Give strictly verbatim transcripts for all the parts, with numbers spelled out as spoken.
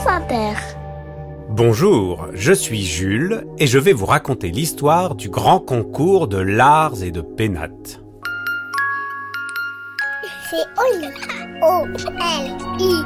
Inter. Bonjour, je suis Jules et je vais vous raconter l'histoire du grand concours de Lars et de Pénates. C'est Oli. O L I.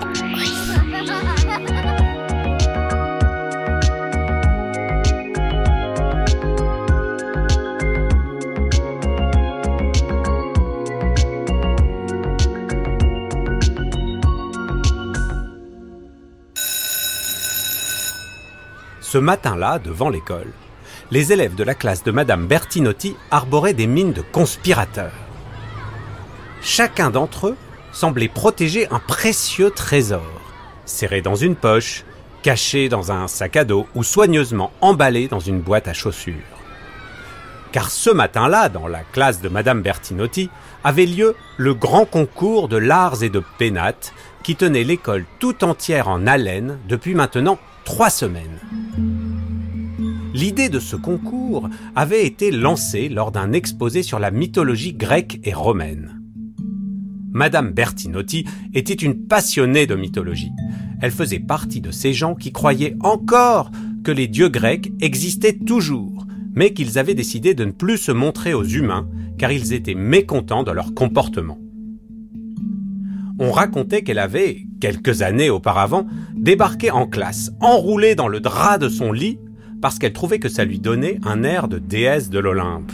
Ce matin-là, devant l'école, les élèves de la classe de Madame Bertinotti arboraient des mines de conspirateurs. Chacun d'entre eux semblait protéger un précieux trésor, serré dans une poche, caché dans un sac à dos ou soigneusement emballé dans une boîte à chaussures. Car ce matin-là, dans la classe de Madame Bertinotti, avait lieu le grand concours de Lars et de Pénates qui tenait l'école tout entière en haleine depuis maintenant trois semaines. L'idée de ce concours avait été lancée lors d'un exposé sur la mythologie grecque et romaine. Madame Bertinotti était une passionnée de mythologie. Elle faisait partie de ces gens qui croyaient encore que les dieux grecs existaient toujours, mais qu'ils avaient décidé de ne plus se montrer aux humains car ils étaient mécontents de leur comportement. On racontait qu'elle avait, quelques années auparavant, débarqué en classe, enroulée dans le drap de son lit, parce qu'elle trouvait que ça lui donnait un air de déesse de l'Olympe.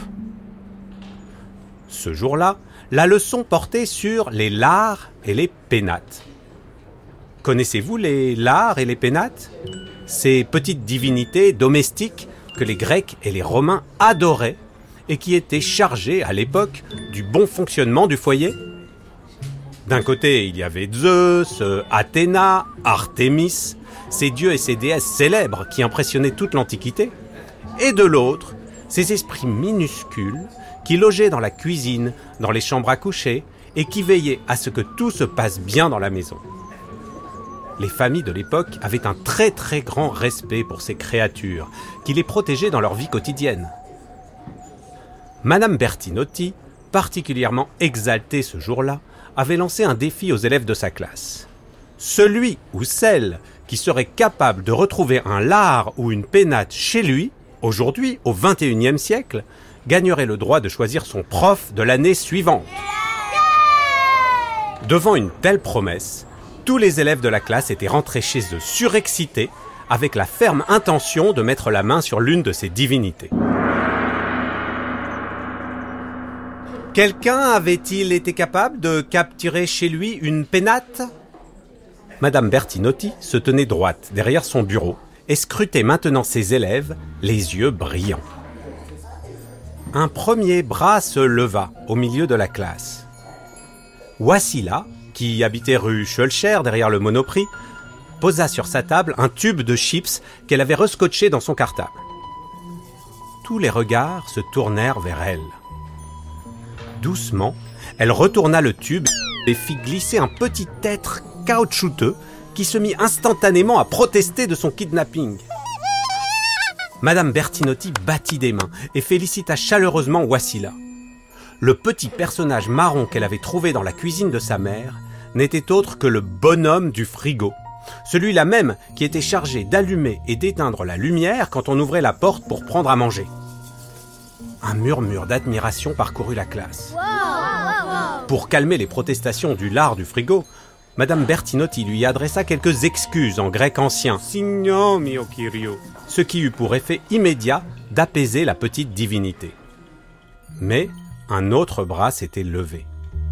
Ce jour-là, la leçon portait sur les Lars et les Pénates. Connaissez-vous les Lars et les Pénates ? Ces petites divinités domestiques que les Grecs et les Romains adoraient et qui étaient chargées à l'époque du bon fonctionnement du foyer. D'un côté, il y avait Zeus, Athéna, Artémis, ces dieux et ces déesses célèbres qui impressionnaient toute l'Antiquité. Et de l'autre, ces esprits minuscules qui logeaient dans la cuisine, dans les chambres à coucher et qui veillaient à ce que tout se passe bien dans la maison. Les familles de l'époque avaient un très très grand respect pour ces créatures qui les protégeaient dans leur vie quotidienne. Madame Bertinotti, particulièrement exaltée ce jour-là, avait lancé un défi aux élèves de sa classe. Celui ou celle qui serait capable de retrouver un Lars ou une Pénate chez lui, aujourd'hui, au vingt et unième siècle, gagnerait le droit de choisir son prof de l'année suivante. Devant une telle promesse, tous les élèves de la classe étaient rentrés chez eux surexcités, avec la ferme intention de mettre la main sur l'une de ces divinités. Quelqu'un avait-il été capable de capturer chez lui une Pénate ? Madame Bertinotti se tenait droite derrière son bureau et scrutait maintenant ses élèves, les yeux brillants. Un premier bras se leva au milieu de la classe. Wassila, qui habitait rue Schulcher derrière le Monoprix, posa sur sa table un tube de chips qu'elle avait rescotché dans son cartable. Tous les regards se tournèrent vers elle. Doucement, elle retourna le tube et fit glisser un petit être caoutchouteux qui se mit instantanément à protester de son kidnapping. Madame Bertinotti battit des mains et félicita chaleureusement Wassila. Le petit personnage marron qu'elle avait trouvé dans la cuisine de sa mère n'était autre que le bonhomme du frigo, celui-là même qui était chargé d'allumer et d'éteindre la lumière quand on ouvrait la porte pour prendre à manger. Un murmure d'admiration parcourut la classe. Pour calmer les protestations du Lars du frigo, Madame Bertinotti lui adressa quelques excuses en grec ancien, Signo mio Kyrio, ce qui eut pour effet immédiat d'apaiser la petite divinité. Mais un autre bras s'était levé.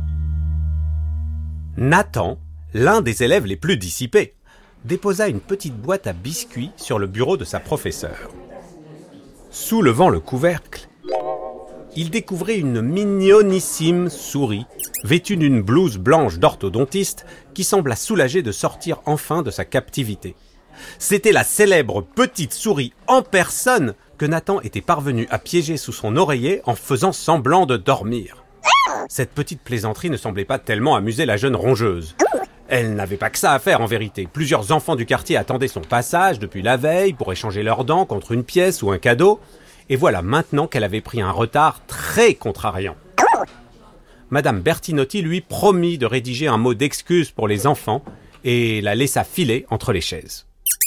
Nathan, l'un des élèves les plus dissipés, déposa une petite boîte à biscuits sur le bureau de sa professeure. Soulevant le couvercle, il découvrit une mignonissime souris, vêtue d'une blouse blanche d'orthodontiste, qui sembla soulagée de sortir enfin de sa captivité. C'était la célèbre petite souris en personne que Nathan était parvenu à piéger sous son oreiller en faisant semblant de dormir. Cette petite plaisanterie ne semblait pas tellement amuser la jeune rongeuse. Elle n'avait pas que ça à faire en vérité. Plusieurs enfants du quartier attendaient son passage depuis la veille pour échanger leurs dents contre une pièce ou un cadeau. Et voilà maintenant qu'elle avait pris un retard très contrariant. Madame Bertinotti lui promit de rédiger un mot d'excuse pour les enfants et la laissa filer entre les chaises.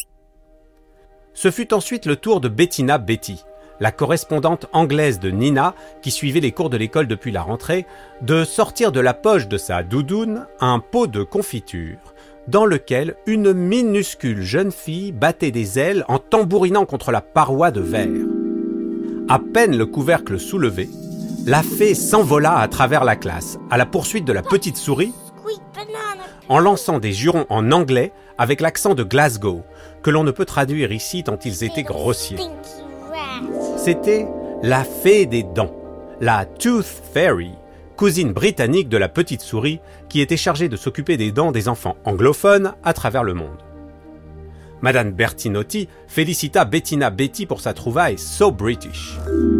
Ce fut ensuite le tour de Bettina Betty, la correspondante anglaise de Nina, qui suivait les cours de l'école depuis la rentrée, de sortir de la poche de sa doudoune un pot de confiture, dans lequel une minuscule jeune fille battait des ailes en tambourinant contre la paroi de verre. À peine le couvercle soulevé, la fée s'envola à travers la classe, à la poursuite de la petite souris, en lançant des jurons en anglais avec l'accent de Glasgow, que l'on ne peut traduire ici tant ils étaient grossiers. C'était la fée des dents, la Tooth Fairy, cousine britannique de la petite souris qui était chargée de s'occuper des dents des enfants anglophones à travers le monde. Madame Bertinotti félicita Bettina Betty pour sa trouvaille so British.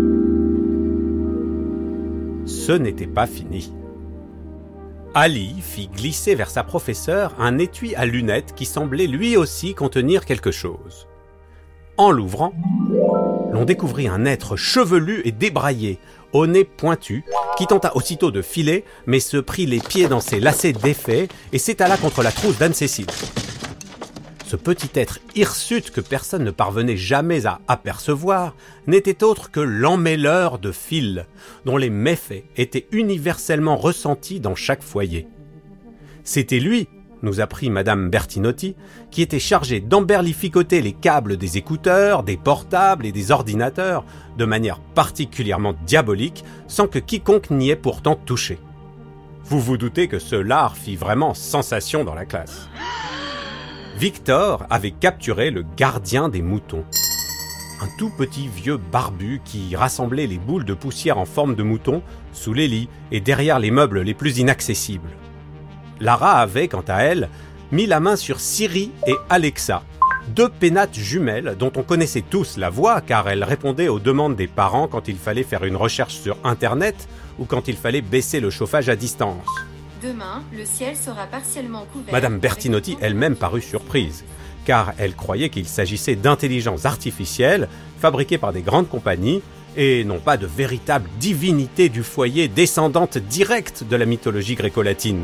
Ce n'était pas fini. Ali fit glisser vers sa professeure un étui à lunettes qui semblait lui aussi contenir quelque chose. En l'ouvrant, l'on découvrit un être chevelu et débraillé, au nez pointu, qui tenta aussitôt de filer, mais se prit les pieds dans ses lacets défaits et s'étala contre la trousse d'Anne-Cécile. Ce petit être hirsute que personne ne parvenait jamais à apercevoir n'était autre que l'emmêleur de fils, dont les méfaits étaient universellement ressentis dans chaque foyer. C'était lui, nous apprit Madame Bertinotti, qui était chargé d'emberlificoter les câbles des écouteurs, des portables et des ordinateurs de manière particulièrement diabolique, sans que quiconque n'y ait pourtant touché. Vous vous doutez que ce lard fit vraiment sensation dans la classe. Victor avait capturé le gardien des moutons. Un tout petit vieux barbu qui rassemblait les boules de poussière en forme de mouton sous les lits et derrière les meubles les plus inaccessibles. Lara avait, quant à elle, mis la main sur Siri et Alexa, deux pénates jumelles dont on connaissait tous la voix car elles répondaient aux demandes des parents quand il fallait faire une recherche sur Internet ou quand il fallait baisser le chauffage à distance. Demain, le ciel sera partiellement couvert. Madame Bertinotti elle-même parut surprise, car elle croyait qu'il s'agissait d'intelligences artificielles fabriquées par des grandes compagnies et non pas de véritables divinités du foyer descendantes directes de la mythologie gréco-latine.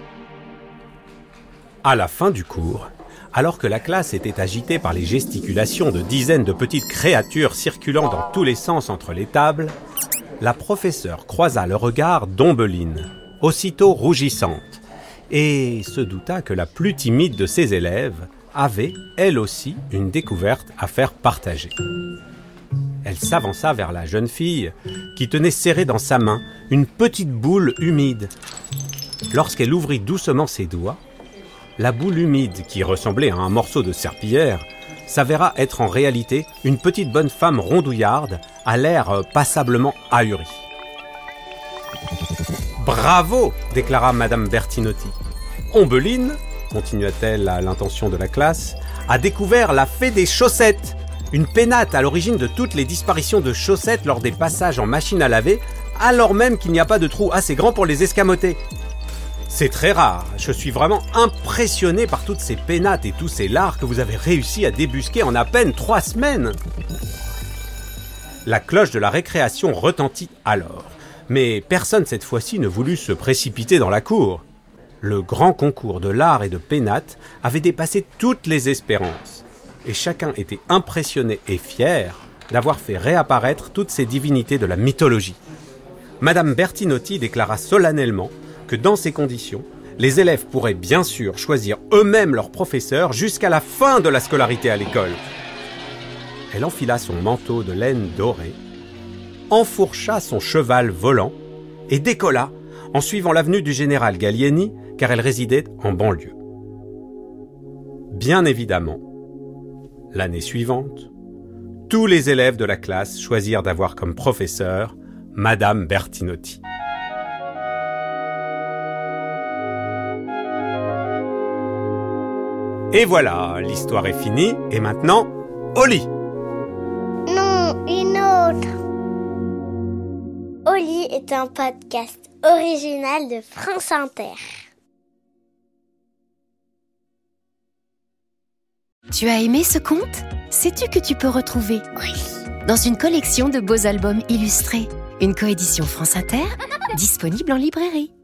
À la fin du cours, alors que la classe était agitée par les gesticulations de dizaines de petites créatures circulant dans tous les sens entre les tables, la professeure croisa le regard d'Ombeline, aussitôt rougissante, et se douta que la plus timide de ses élèves avait, elle aussi, une découverte à faire partager. Elle s'avança vers la jeune fille, qui tenait serrée dans sa main une petite boule humide. Lorsqu'elle ouvrit doucement ses doigts, la boule humide, qui ressemblait à un morceau de serpillière, s'avéra être en réalité une petite bonne femme rondouillarde, à l'air passablement ahuri. « Bravo !» déclara Madame Bertinotti. « Ombeline, continua-t-elle à l'intention de la classe, a découvert la fée des chaussettes, une pénate à l'origine de toutes les disparitions de chaussettes lors des passages en machine à laver, alors même qu'il n'y a pas de trou assez grand pour les escamoter. C'est très rare, je suis vraiment impressionné par toutes ces pénates et tous ces lards que vous avez réussi à débusquer en à peine trois semaines. » La cloche de la récréation retentit alors. Mais personne cette fois-ci ne voulut se précipiter dans la cour. Le grand concours de lard et de pénates avait dépassé toutes les espérances, et chacun était impressionné et fier d'avoir fait réapparaître toutes ces divinités de la mythologie. Madame Bertinotti déclara solennellement que dans ces conditions, les élèves pourraient bien sûr choisir eux-mêmes leur professeur jusqu'à la fin de la scolarité à l'école. Elle enfila son manteau de laine dorée, enfourcha son cheval volant et décolla en suivant l'avenue du général Gallieni car elle résidait en banlieue. Bien évidemment, l'année suivante, tous les élèves de la classe choisirent d'avoir comme professeur Madame Bertinotti. Et voilà, l'histoire est finie et maintenant, au lit. Non, une autre. Oli est un podcast original de France Inter. Tu as aimé ce conte ? Sais-tu que tu peux retrouver Oui. dans une collection de beaux albums illustrés, une coédition France Inter, disponible en librairie.